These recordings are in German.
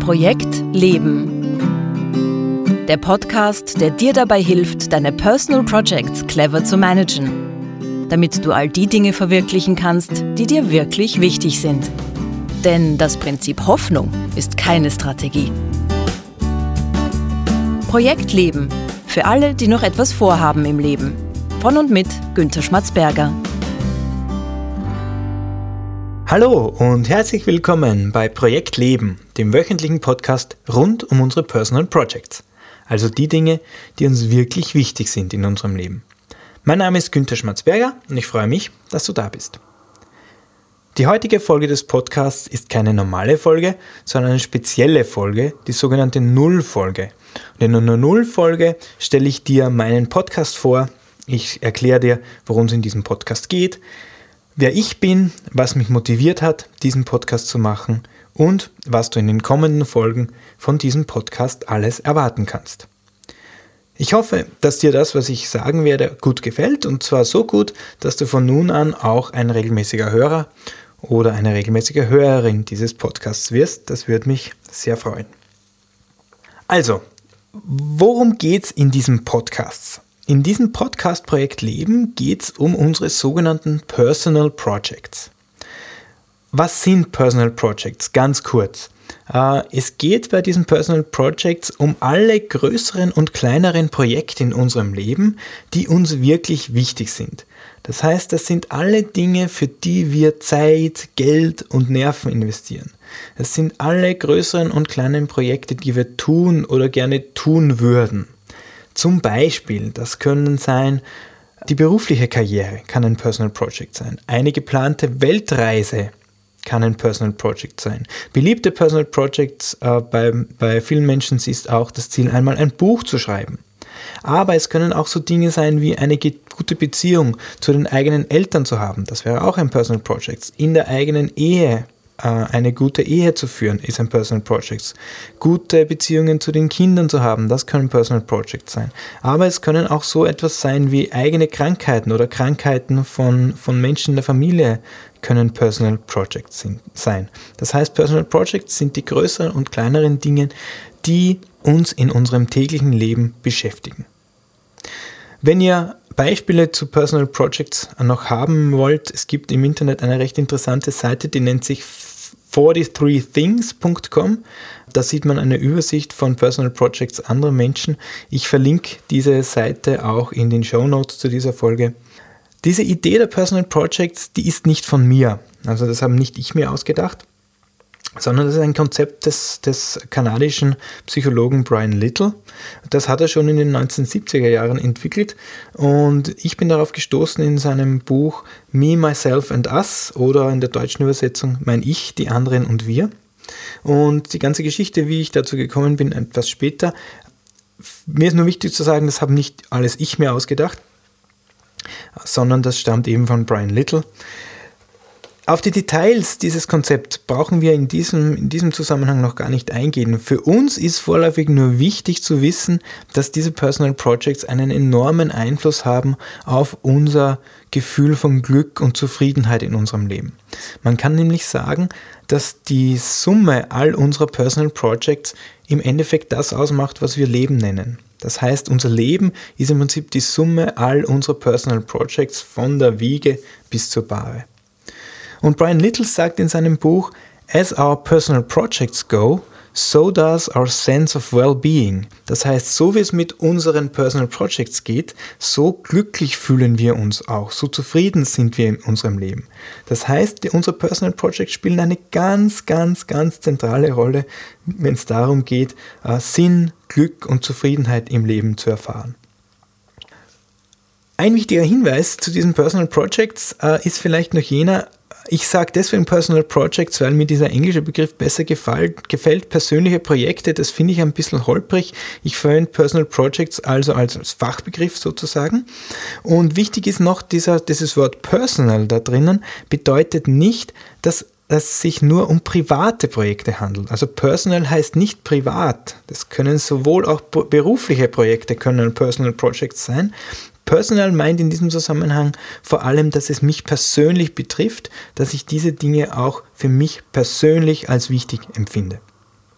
Projekt Leben. Der Podcast, der dir dabei hilft, deine Personal Projects clever zu managen, damit du all die Dinge verwirklichen kannst, die dir wirklich wichtig sind. Denn das Prinzip Hoffnung ist keine Strategie. Projekt Leben. Für alle, die noch etwas vorhaben im Leben. Von und mit Günther Schmatzberger. Hallo und herzlich willkommen bei Projekt Leben, dem wöchentlichen Podcast rund um unsere Personal Projects. Also die Dinge, die uns wirklich wichtig sind in unserem Leben. Mein Name ist Günther Schmatzberger und ich freue mich, dass du da bist. Die heutige Folge des Podcasts ist keine normale Folge, sondern eine spezielle Folge, die sogenannte Null-Folge. Und in einer Null-Folge stelle ich dir meinen Podcast vor, ich erkläre dir, worum es in diesem Podcast geht, wer ich bin, was mich motiviert hat, diesen Podcast zu machen und was du in den kommenden Folgen von diesem Podcast alles erwarten kannst. Ich hoffe, dass dir das, was ich sagen werde, gut gefällt und zwar so gut, dass du von nun an auch ein regelmäßiger Hörer oder eine regelmäßige Hörerin dieses Podcasts wirst. Das würde mich sehr freuen. Also, worum geht es in diesem Podcast? In diesem Podcast Projekt Leben geht es um unsere sogenannten Personal Projects. Was sind Personal Projects? Ganz kurz. Es geht bei diesen Personal Projects um alle größeren und kleineren Projekte in unserem Leben, die uns wirklich wichtig sind. Das heißt, das sind alle Dinge, für die wir Zeit, Geld und Nerven investieren. Das sind alle größeren und kleinen Projekte, die wir tun oder gerne tun würden. Zum Beispiel, das können sein, die berufliche Karriere kann ein Personal Project sein. Eine geplante Weltreise kann ein Personal Project sein. Beliebte Personal Projects bei vielen Menschen ist auch das Ziel, einmal ein Buch zu schreiben. Aber es können auch so Dinge sein, wie eine gute Beziehung zu den eigenen Eltern zu haben. Das wäre auch ein Personal Project. In der eigenen Ehe eine gute Ehe zu führen, ist ein Personal Project. Gute Beziehungen zu den Kindern zu haben, das können Personal Projects sein. Aber es können auch so etwas sein wie eigene Krankheiten oder Krankheiten von Menschen in der Familie können Personal Projects sein. Das heißt, Personal Projects sind die größeren und kleineren Dinge, die uns in unserem täglichen Leben beschäftigen. Wenn ihr Beispiele zu Personal Projects noch haben wollt, es gibt im Internet eine recht interessante Seite, die nennt sich 43things.com. Da sieht man eine Übersicht von Personal Projects anderer Menschen. Ich verlinke diese Seite auch in den Shownotes zu dieser Folge. Diese Idee der Personal Projects, die ist nicht von mir. Also das habe nicht ich mir ausgedacht, sondern das ist ein Konzept des kanadischen Psychologen Brian Little. Das hat er schon in den 1970er Jahren entwickelt und ich bin darauf gestoßen in seinem Buch Me, Myself and Us oder in der deutschen Übersetzung Mein Ich, die anderen und wir. Und die ganze Geschichte, wie ich dazu gekommen bin, etwas später. Mir ist nur wichtig zu sagen, das habe nicht alles ich mir ausgedacht, sondern das stammt eben von Brian Little. Auf die Details dieses Konzepts brauchen wir in diesem Zusammenhang noch gar nicht eingehen. Für uns ist vorläufig nur wichtig zu wissen, dass diese Personal Projects einen enormen Einfluss haben auf unser Gefühl von Glück und Zufriedenheit in unserem Leben. Man kann nämlich sagen, dass die Summe all unserer Personal Projects im Endeffekt das ausmacht, was wir Leben nennen. Das heißt, unser Leben ist im Prinzip die Summe all unserer Personal Projects von der Wiege bis zur Bahre. Und Brian Little sagt in seinem Buch, as our personal projects go, so does our sense of well-being. Das heißt, so wie es mit unseren personal projects geht, so glücklich fühlen wir uns auch, so zufrieden sind wir in unserem Leben. Das heißt, unsere personal projects spielen eine ganz, ganz, ganz zentrale Rolle, wenn es darum geht, Sinn, Glück und Zufriedenheit im Leben zu erfahren. Ein wichtiger Hinweis zu diesen Personal Projects ist vielleicht noch jener, ich sage deswegen Personal Projects, weil mir dieser englische Begriff besser gefällt. Persönliche Projekte, das finde ich ein bisschen holprig. Ich verwende Personal Projects also als Fachbegriff sozusagen. Und wichtig ist noch, dieses Wort Personal da drinnen bedeutet nicht, dass es sich nur um private Projekte handelt. Also Personal heißt nicht privat. Das können sowohl auch berufliche Projekte können Personal Projects sein. Personal meint in diesem Zusammenhang vor allem, dass es mich persönlich betrifft, dass ich diese Dinge auch für mich persönlich als wichtig empfinde.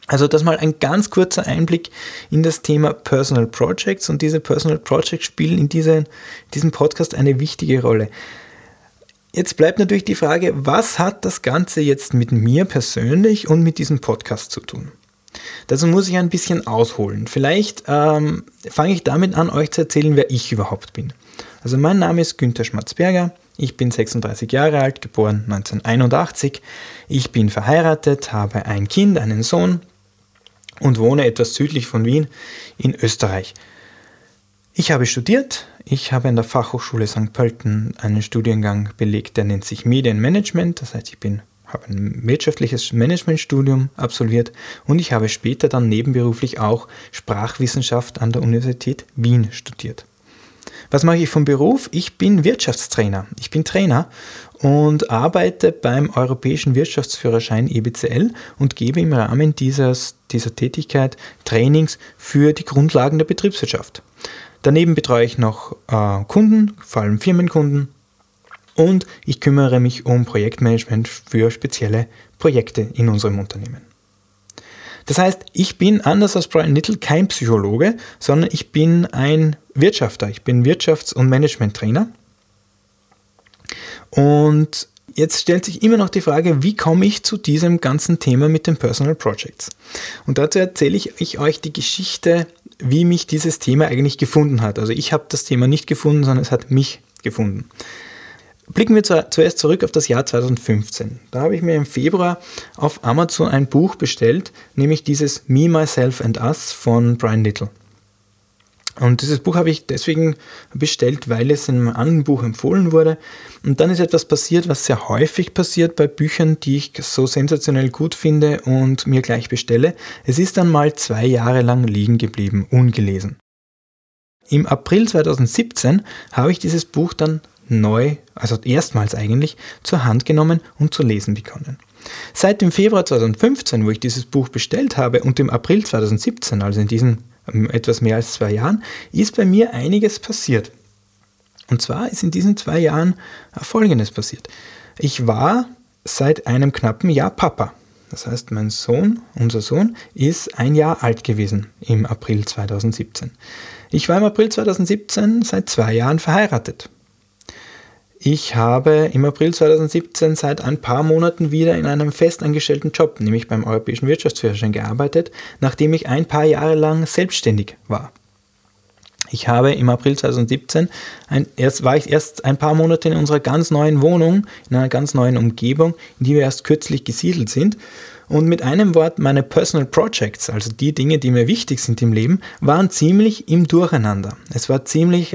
Also das mal ein ganz kurzer Einblick in das Thema Personal Projects, und diese Personal Projects spielen in diesem Podcast eine wichtige Rolle. Jetzt bleibt natürlich die Frage, was hat das Ganze jetzt mit mir persönlich und mit diesem Podcast zu tun? Dazu muss ich ein bisschen ausholen. Vielleicht fange ich damit an, euch zu erzählen, wer ich überhaupt bin. Also mein Name ist Günther Schmatzberger, ich bin 36 Jahre alt, geboren 1981. Ich bin verheiratet, habe ein Kind, einen Sohn und wohne etwas südlich von Wien in Österreich. Ich habe studiert, ich habe an der Fachhochschule St. Pölten einen Studiengang belegt, der nennt sich Medienmanagement, das heißt, ich habe ein wirtschaftliches Managementstudium absolviert und ich habe später dann nebenberuflich auch Sprachwissenschaft an der Universität Wien studiert. Was mache ich vom Beruf? Ich bin Wirtschaftstrainer. Ich bin Trainer und arbeite beim Europäischen Wirtschaftsführerschein EBCL und gebe im Rahmen dieser Tätigkeit Trainings für die Grundlagen der Betriebswirtschaft. Daneben betreue ich noch Kunden, vor allem Firmenkunden, und ich kümmere mich um Projektmanagement für spezielle Projekte in unserem Unternehmen. Das heißt, ich bin anders als Brian Little kein Psychologe, sondern ich bin ein Wirtschafter. Ich bin Wirtschafts- und Management-Trainer. Und jetzt stellt sich immer noch die Frage, wie komme ich zu diesem ganzen Thema mit den Personal Projects? Und dazu erzähle ich euch die Geschichte, wie mich dieses Thema eigentlich gefunden hat. Also ich habe das Thema nicht gefunden, sondern es hat mich gefunden. Blicken wir zuerst zurück auf das Jahr 2015. Da habe ich mir im Februar auf Amazon ein Buch bestellt, nämlich dieses Me, Myself and Us von Brian Little. Und dieses Buch habe ich deswegen bestellt, weil es in einem anderen Buch empfohlen wurde. Und dann ist etwas passiert, was sehr häufig passiert bei Büchern, die ich so sensationell gut finde und mir gleich bestelle. Es ist dann mal 2 Jahre lang liegen geblieben, ungelesen. Im April 2017 habe ich dieses Buch dann also erstmals eigentlich, zur Hand genommen und zu lesen begonnen. Seit dem Februar 2015, wo ich dieses Buch bestellt habe, und dem April 2017, also in diesen etwas mehr als 2 Jahren, ist bei mir einiges passiert. Und zwar ist in diesen 2 Jahren Folgendes passiert. Ich war seit einem knappen Jahr Papa. Das heißt, unser Sohn, ist 1 Jahr alt gewesen im April 2017. Ich war im April 2017 seit 2 Jahren verheiratet. Ich habe im April 2017 seit ein paar Monaten wieder in einem festangestellten Job, nämlich beim Europäischen Wirtschaftsführerschein, gearbeitet, nachdem ich ein paar Jahre lang selbstständig war. Ich habe im April 2017, war ich erst ein paar Monate in unserer ganz neuen Wohnung, in einer ganz neuen Umgebung, in die wir erst kürzlich gesiedelt sind. Und mit einem Wort, meine Personal Projects, also die Dinge, die mir wichtig sind im Leben, waren ziemlich im Durcheinander. Es war ziemlich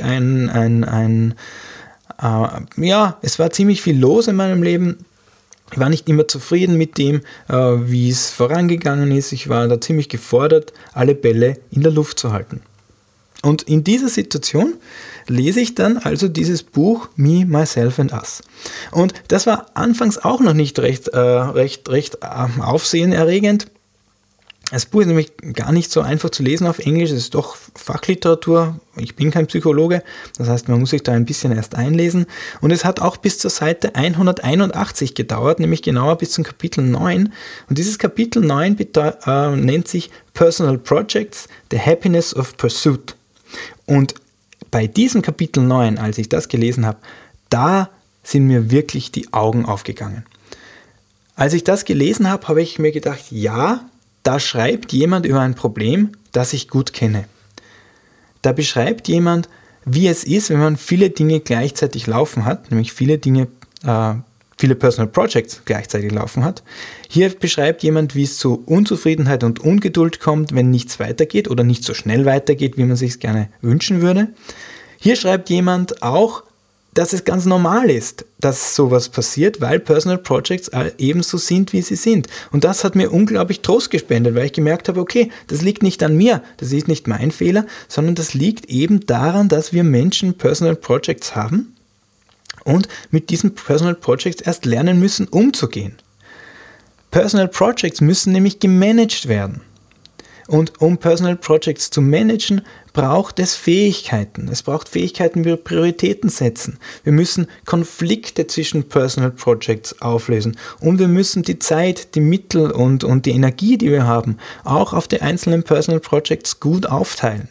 es war ziemlich viel los in meinem Leben. Ich war nicht immer zufrieden mit dem, wie es vorangegangen ist. Ich war da ziemlich gefordert, alle Bälle in der Luft zu halten. Und in dieser Situation lese ich dann also dieses Buch Me, Myself and Us. Und das war anfangs auch noch nicht recht aufsehenerregend. Das Buch ist nämlich gar nicht so einfach zu lesen auf Englisch, es ist doch Fachliteratur, ich bin kein Psychologe, das heißt, man muss sich da ein bisschen erst einlesen. Und es hat auch bis zur Seite 181 gedauert, nämlich genauer bis zum Kapitel 9. Und dieses Kapitel 9 nennt sich Personal Projects, The Happiness of Pursuit. Und bei diesem Kapitel 9, als ich das gelesen habe, da sind mir wirklich die Augen aufgegangen. Als ich das gelesen habe, habe ich mir gedacht, ja, da schreibt jemand über ein Problem, das ich gut kenne. Da beschreibt jemand, wie es ist, wenn man viele Dinge gleichzeitig laufen hat, nämlich viele Personal Projects gleichzeitig laufen hat. Hier beschreibt jemand, wie es zu Unzufriedenheit und Ungeduld kommt, wenn nichts weitergeht oder nicht so schnell weitergeht, wie man sich es gerne wünschen würde. Hier schreibt jemand auch, dass es ganz normal ist, dass sowas passiert, weil Personal Projects ebenso sind, wie sie sind. Und das hat mir unglaublich Trost gespendet, weil ich gemerkt habe, okay, das liegt nicht an mir, das ist nicht mein Fehler, sondern das liegt eben daran, dass wir Menschen Personal Projects haben und mit diesen Personal Projects erst lernen müssen, umzugehen. Personal Projects müssen nämlich gemanagt werden. Und um Personal Projects zu managen, braucht es Fähigkeiten. Es braucht Fähigkeiten, wie wir Prioritäten setzen. Wir müssen Konflikte zwischen Personal Projects auflösen. Und wir müssen die Zeit, die Mittel und die Energie, die wir haben, auch auf die einzelnen Personal Projects gut aufteilen.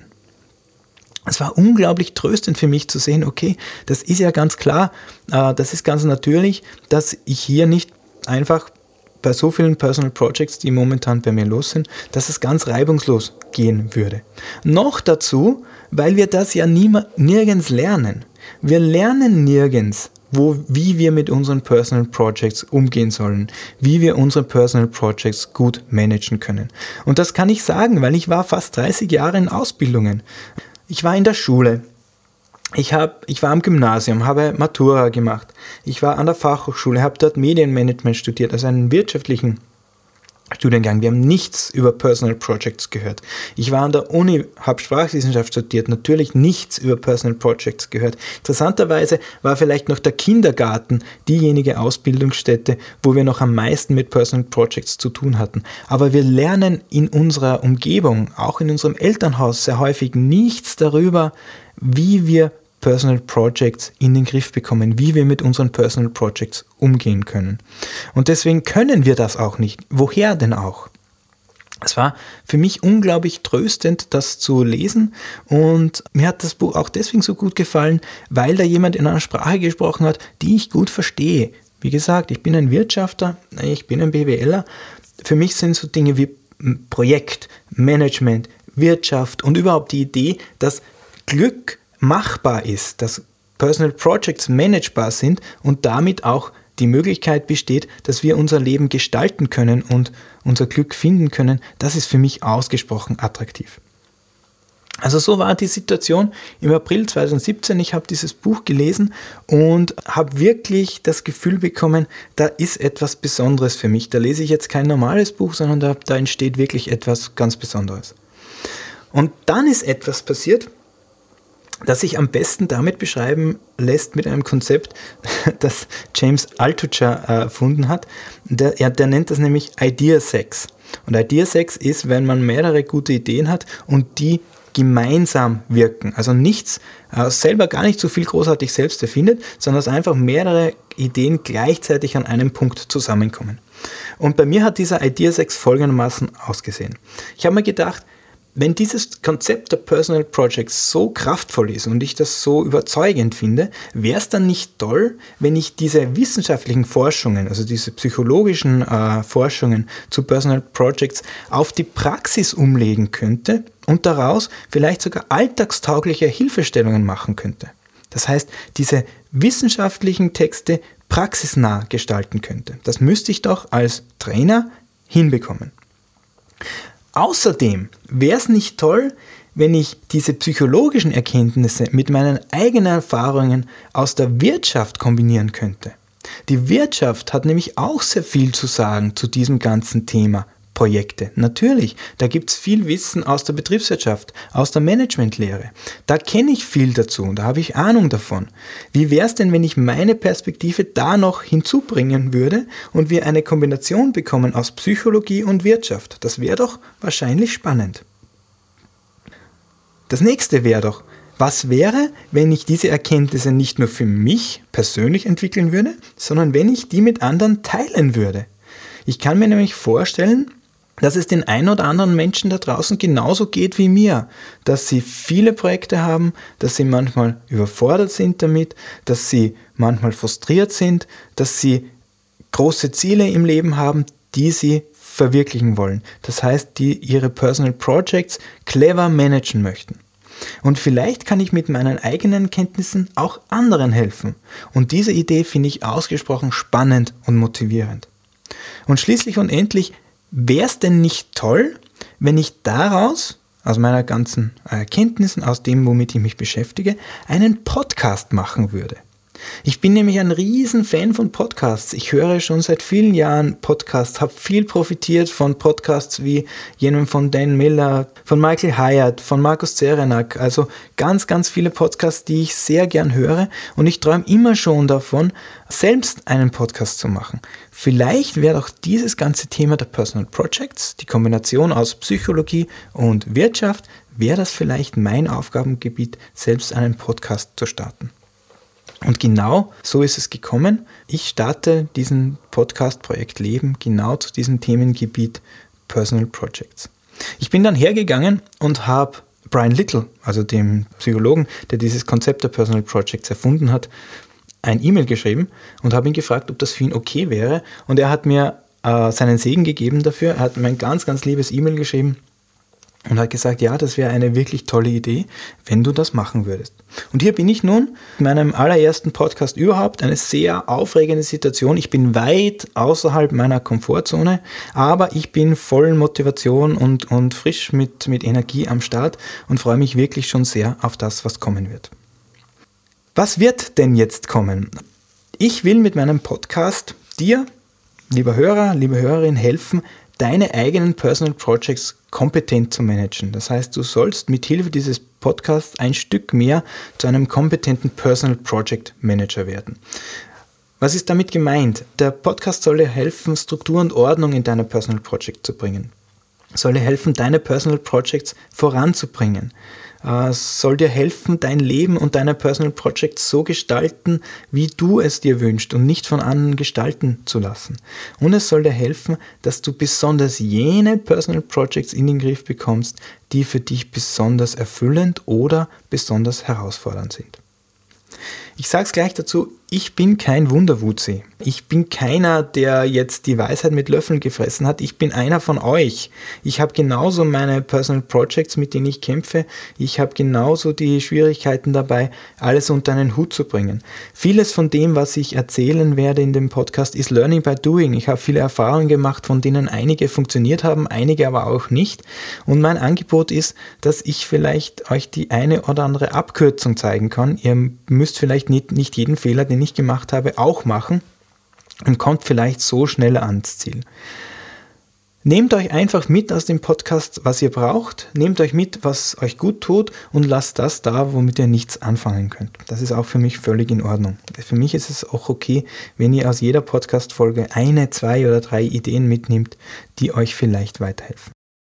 Es war unglaublich tröstend für mich zu sehen, okay, das ist ja ganz klar, das ist ganz natürlich, dass ich hier nicht einfach bei so vielen Personal Projects, die momentan bei mir los sind, dass es ganz reibungslos gehen würde. Noch dazu, weil wir das ja nirgends lernen. Wir lernen nirgends, wie wir mit unseren Personal Projects umgehen sollen, wie wir unsere Personal Projects gut managen können. Und das kann ich sagen, weil ich war fast 30 Jahre in Ausbildungen. Ich war in der Schule. Ich war am Gymnasium, habe Matura gemacht. Ich war an der Fachhochschule, habe dort Medienmanagement studiert, also einen wirtschaftlichen Studiengang. Wir haben nichts über Personal Projects gehört. Ich war an der Uni, habe Sprachwissenschaft studiert, natürlich nichts über Personal Projects gehört. Interessanterweise war vielleicht noch der Kindergarten diejenige Ausbildungsstätte, wo wir noch am meisten mit Personal Projects zu tun hatten. Aber wir lernen in unserer Umgebung, auch in unserem Elternhaus sehr häufig nichts darüber, wie wir Personal Projects in den Griff bekommen, wie wir mit unseren Personal Projects umgehen können. Und deswegen können wir das auch nicht. Woher denn auch? Es war für mich unglaublich tröstend, das zu lesen, und mir hat das Buch auch deswegen so gut gefallen, weil da jemand in einer Sprache gesprochen hat, die ich gut verstehe. Wie gesagt, ich bin ein Wirtschafter, ich bin ein BWLer. Für mich sind so Dinge wie Projekt, Management, Wirtschaft und überhaupt die Idee, dass Glück machbar ist, dass Personal Projects managebar sind und damit auch die Möglichkeit besteht, dass wir unser Leben gestalten können und unser Glück finden können, das ist für mich ausgesprochen attraktiv. Also so war die Situation im April 2017. Ich habe dieses Buch gelesen und habe wirklich das Gefühl bekommen, da ist etwas Besonderes für mich. Da lese ich jetzt kein normales Buch, sondern da entsteht wirklich etwas ganz Besonderes. Und dann ist etwas passiert, das sich am besten damit beschreiben lässt mit einem Konzept, das James Altucher erfunden hat. Der nennt das nämlich Idea Sex. Und Idea Sex ist, wenn man mehrere gute Ideen hat und die gemeinsam wirken. Also nichts, selber gar nicht so viel großartig selbst erfindet, sondern dass einfach mehrere Ideen gleichzeitig an einem Punkt zusammenkommen. Und bei mir hat dieser Idea Sex folgendermaßen ausgesehen. Ich habe mir gedacht, wenn dieses Konzept der Personal Projects so kraftvoll ist und ich das so überzeugend finde, wäre es dann nicht toll, wenn ich diese wissenschaftlichen Forschungen, also diese psychologischen Forschungen zu Personal Projects auf die Praxis umlegen könnte und daraus vielleicht sogar alltagstaugliche Hilfestellungen machen könnte. Das heißt, diese wissenschaftlichen Texte praxisnah gestalten könnte. Das müsste ich doch als Trainer hinbekommen. Außerdem wäre es nicht toll, wenn ich diese psychologischen Erkenntnisse mit meinen eigenen Erfahrungen aus der Wirtschaft kombinieren könnte. Die Wirtschaft hat nämlich auch sehr viel zu sagen zu diesem ganzen Thema Projekte. Natürlich, da gibt es viel Wissen aus der Betriebswirtschaft, aus der Managementlehre. Da kenne ich viel dazu, da habe ich Ahnung davon. Wie wäre es denn, wenn ich meine Perspektive da noch hinzubringen würde und wir eine Kombination bekommen aus Psychologie und Wirtschaft? Das wäre doch wahrscheinlich spannend. Das nächste wäre doch, was wäre, wenn ich diese Erkenntnisse nicht nur für mich persönlich entwickeln würde, sondern wenn ich die mit anderen teilen würde? Ich kann mir nämlich vorstellen, dass es den einen oder anderen Menschen da draußen genauso geht wie mir, dass sie viele Projekte haben, dass sie manchmal überfordert sind damit, dass sie manchmal frustriert sind, dass sie große Ziele im Leben haben, die sie verwirklichen wollen. Das heißt, die ihre Personal Projects clever managen möchten. Und vielleicht kann ich mit meinen eigenen Kenntnissen auch anderen helfen. Und diese Idee finde ich ausgesprochen spannend und motivierend. Und schließlich und endlich, wäre es denn nicht toll, wenn ich daraus, aus meiner ganzen Erkenntnissen, aus dem, womit ich mich beschäftige, einen Podcast machen würde? Ich bin nämlich ein riesen Fan von Podcasts. Ich höre schon seit vielen Jahren Podcasts, habe viel profitiert von Podcasts wie jenem von Dan Miller, von Michael Hyatt, von Markus Zerenak. Also ganz, ganz viele Podcasts, die ich sehr gern höre. Und ich träume immer schon davon, selbst einen Podcast zu machen. Vielleicht wäre auch dieses ganze Thema der Personal Projects, die Kombination aus Psychologie und Wirtschaft, wäre das vielleicht mein Aufgabengebiet, selbst einen Podcast zu starten. Und genau so ist es gekommen. Ich starte diesen Podcast Projekt Leben genau zu diesem Themengebiet Personal Projects. Ich bin dann hergegangen und habe Brian Little, also dem Psychologen, der dieses Konzept der Personal Projects erfunden hat, ein E-Mail geschrieben und habe ihn gefragt, ob das für ihn okay wäre. Und er hat mir seinen Segen gegeben dafür. Er hat mir ein ganz, ganz liebes E-Mail geschrieben und hat gesagt, ja, das wäre eine wirklich tolle Idee, wenn du das machen würdest. Und hier bin ich nun in meinem allerersten Podcast überhaupt, eine sehr aufregende Situation. Ich bin weit außerhalb meiner Komfortzone, aber ich bin voll Motivation und frisch mit Energie am Start und freue mich wirklich schon sehr auf das, was kommen wird. Was wird denn jetzt kommen? Ich will mit meinem Podcast dir, lieber Hörer, liebe Hörerin, helfen, deine eigenen Personal Projects kompetent zu managen. Das heißt, du sollst mit Hilfe dieses Podcasts ein Stück mehr zu einem kompetenten Personal Project Manager werden. Was ist damit gemeint? Der Podcast soll dir helfen, Struktur und Ordnung in deine Personal Project zu bringen. Soll dir helfen, deine Personal Projects voranzubringen. Soll dir helfen, dein Leben und deine Personal Projects so gestalten, wie du es dir wünschst und nicht von anderen gestalten zu lassen. Und es soll dir helfen, dass du besonders jene Personal Projects in den Griff bekommst, die für dich besonders erfüllend oder besonders herausfordernd sind. Ich sage es gleich dazu, ich bin kein Wunderwuzi. Ich bin keiner, der jetzt die Weisheit mit Löffeln gefressen hat. Ich bin einer von euch. Ich habe genauso meine Personal Projects, mit denen ich kämpfe. Ich habe genauso die Schwierigkeiten dabei, alles unter einen Hut zu bringen. Vieles von dem, was ich erzählen werde in dem Podcast, ist Learning by Doing. Ich habe viele Erfahrungen gemacht, von denen einige funktioniert haben, einige aber auch nicht. Und mein Angebot ist, dass ich vielleicht euch die eine oder andere Abkürzung zeigen kann. Ihr müsst vielleicht nicht jeden Fehler, den ich gemacht habe, auch machen und kommt vielleicht so schneller ans Ziel. Nehmt euch einfach mit aus dem Podcast, was ihr braucht, nehmt euch mit, was euch gut tut und lasst das da, womit ihr nichts anfangen könnt. Das ist auch für mich völlig in Ordnung. Für mich ist es auch okay, wenn ihr aus jeder Podcast-Folge 1, 2 oder 3 Ideen mitnehmt, die euch vielleicht weiterhelfen.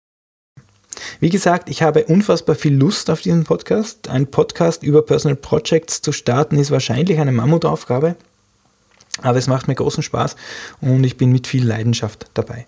Wie gesagt, ich habe unfassbar viel Lust auf diesen Podcast. Ein Podcast über Personal Projects zu starten ist wahrscheinlich eine Mammutaufgabe, aber es macht mir großen Spaß und ich bin mit viel Leidenschaft dabei.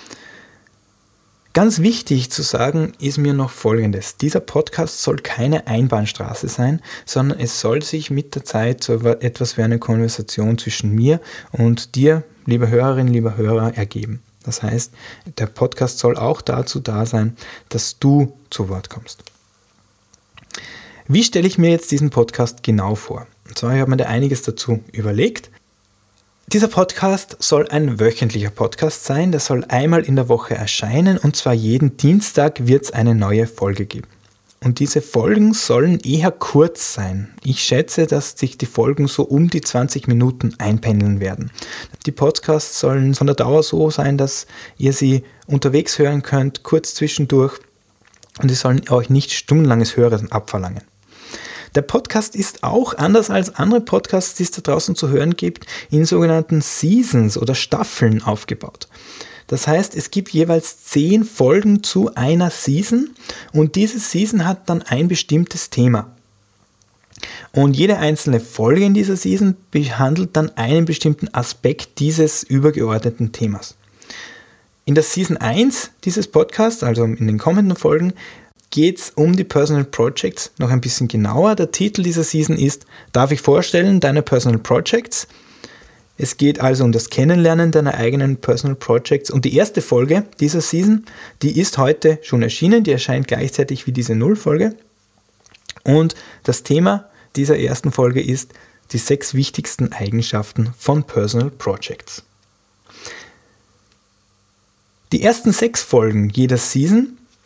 Ganz wichtig zu sagen ist mir noch Folgendes. Dieser Podcast soll keine Einbahnstraße sein, sondern es soll sich mit der Zeit so etwas wie eine Konversation zwischen mir und dir, liebe Hörerin, lieber Hörer, ergeben. Das heißt, der Podcast soll auch dazu da sein, dass du zu Wort kommst. Wie stelle ich mir jetzt diesen Podcast genau vor? Und zwar habe ich mir da einiges dazu überlegt. Dieser Podcast soll ein wöchentlicher Podcast sein, der soll einmal in der Woche erscheinen und zwar jeden Dienstag wird es eine neue Folge geben. Und diese Folgen sollen eher kurz sein. Ich schätze, dass sich die Folgen so um die 20 Minuten einpendeln werden. Die Podcasts sollen von der Dauer so sein, dass ihr sie unterwegs hören könnt, kurz zwischendurch. Und sie sollen euch nicht stundenlanges Hören abverlangen. Der Podcast ist auch, anders als andere Podcasts, die es da draußen zu hören gibt, in sogenannten Seasons oder Staffeln aufgebaut. Das heißt, es gibt jeweils 10 Folgen zu einer Season und diese Season hat dann ein bestimmtes Thema. Und jede einzelne Folge in dieser Season behandelt dann einen bestimmten Aspekt dieses übergeordneten Themas. In der Season 1 dieses Podcasts, also in den kommenden Folgen, geht es um die Personal Projects noch ein bisschen genauer. Der Titel dieser Season ist "Darf ich vorstellen, deine Personal Projects?" Es geht also um das Kennenlernen deiner eigenen Personal Projects und die erste Folge dieser Season, die ist heute schon erschienen, die erscheint gleichzeitig wie diese 0-Folge und das Thema dieser ersten Folge ist die 6 wichtigsten Eigenschaften von Personal Projects. Die ersten 6 Folgen jeder Season,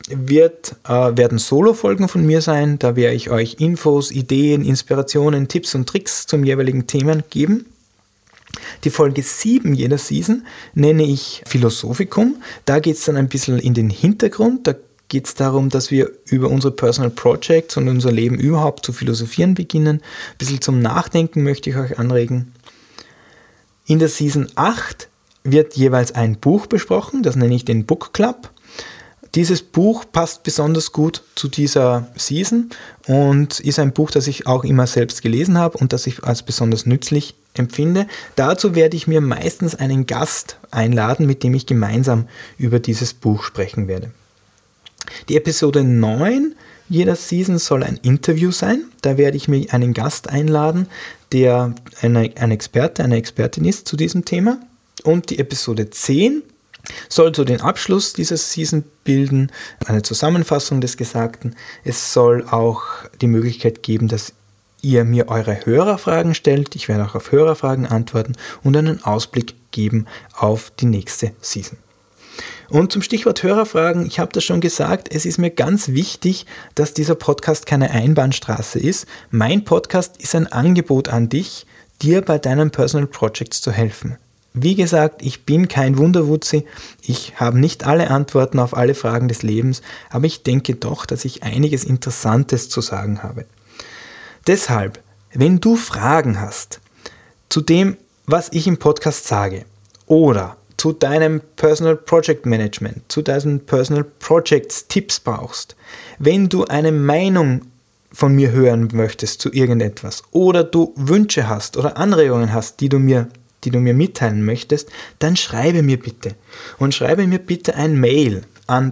werden Solo-Folgen von mir sein. Da werde ich euch Infos, Ideen, Inspirationen, Tipps und Tricks zum jeweiligen Thema geben. Die Folge 7 jeder Season nenne ich Philosophikum. Da geht es dann ein bisschen in den Hintergrund. Da geht es darum, dass wir über unsere Personal Projects und unser Leben überhaupt zu philosophieren beginnen. Ein bisschen zum Nachdenken möchte ich euch anregen. In der Season 8 wird jeweils ein Buch besprochen. Das nenne ich den Book Club. Dieses Buch passt besonders gut zu dieser Season und ist ein Buch, das ich auch immer selbst gelesen habe und das ich als besonders nützlich empfinde. Dazu werde ich mir meistens einen Gast einladen, mit dem ich gemeinsam über dieses Buch sprechen werde. Die Episode 9 jeder Season soll ein Interview sein. Da werde ich mir einen Gast einladen, der ein Experte, eine Expertin ist zu diesem Thema. Und die Episode 10 soll so den Abschluss dieser Season bilden, eine Zusammenfassung des Gesagten. Es soll auch die Möglichkeit geben, dass ihr mir eure Hörerfragen stellt. Ich werde auch auf Hörerfragen antworten und einen Ausblick geben auf die nächste Season. Und zum Stichwort Hörerfragen, ich habe das schon gesagt, es ist mir ganz wichtig, dass dieser Podcast keine Einbahnstraße ist. Mein Podcast ist ein Angebot an dich, dir bei deinen Personal Projects zu helfen. Wie gesagt, ich bin kein Wunderwutzi, ich habe nicht alle Antworten auf alle Fragen des Lebens, aber ich denke doch, dass ich einiges Interessantes zu sagen habe. Deshalb, wenn du Fragen hast zu dem, was ich im Podcast sage oder zu deinem Personal Project Management, zu deinen Personal Projects Tipps brauchst, wenn du eine Meinung von mir hören möchtest zu irgendetwas oder du Wünsche hast oder Anregungen hast, die du mir mitteilen möchtest, dann schreibe mir bitte. Und schreibe mir bitte ein Mail an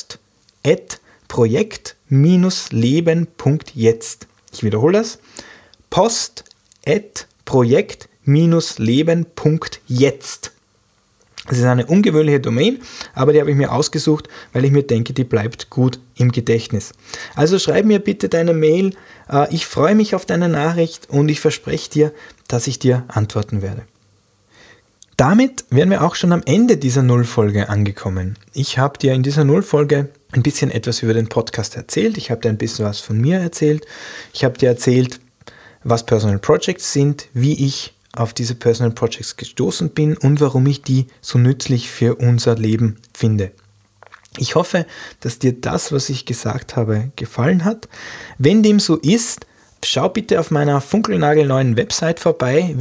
post@projekt-leben.jetzt. Ich wiederhole das. post@projekt-leben.jetzt. Das ist eine ungewöhnliche Domain, aber die habe ich mir ausgesucht, weil ich mir denke, die bleibt gut im Gedächtnis. Also schreib mir bitte deine Mail. Ich freue mich auf deine Nachricht und ich verspreche dir, dass ich dir antworten werde. Damit wären wir auch schon am Ende dieser Nullfolge angekommen. Ich habe dir in dieser Nullfolge ein bisschen etwas über den Podcast erzählt. Ich habe dir ein bisschen was von mir erzählt. Ich habe dir erzählt, was Personal Projects sind, wie ich auf diese Personal Projects gestoßen bin und warum ich die so nützlich für unser Leben finde. Ich hoffe, dass dir das, was ich gesagt habe, gefallen hat. Wenn dem so ist, schau bitte auf meiner funkelnagelneuen Website vorbei,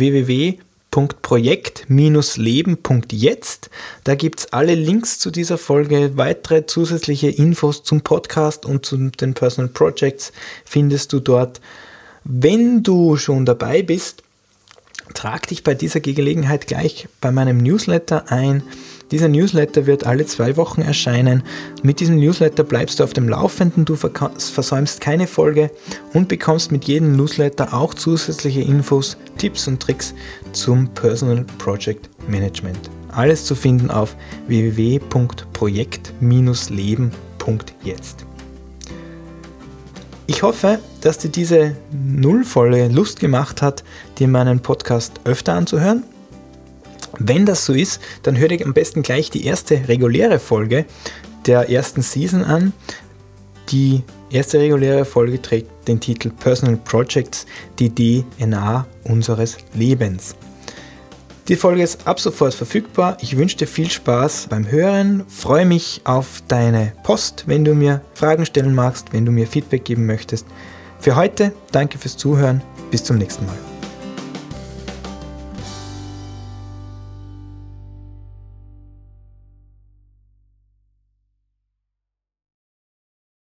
www.projekt-leben.jetzt. Da gibt es alle Links zu dieser Folge, weitere zusätzliche Infos zum Podcast und zu den Personal Projects findest du dort. Wenn du schon dabei bist, trag dich bei dieser Gelegenheit gleich bei meinem Newsletter ein. Dieser Newsletter wird alle 2 Wochen erscheinen. Mit diesem Newsletter bleibst du auf dem Laufenden, du versäumst keine Folge und bekommst mit jedem Newsletter auch zusätzliche Infos, Tipps und Tricks zum Personal Project Management. Alles zu finden auf www.projekt-leben.jetzt. Ich hoffe, dass dir diese Nullfolge Lust gemacht hat, dir meinen Podcast öfter anzuhören. Wenn das so ist, dann hör dir am besten gleich die erste reguläre Folge der ersten Season an. Die erste reguläre Folge trägt den Titel Personal Projects, die DNA unseres Lebens. Die Folge ist ab sofort verfügbar. Ich wünsche dir viel Spaß beim Hören. Freue mich auf deine Post, wenn du mir Fragen stellen magst, wenn du mir Feedback geben möchtest. Für heute danke fürs Zuhören. Bis zum nächsten Mal.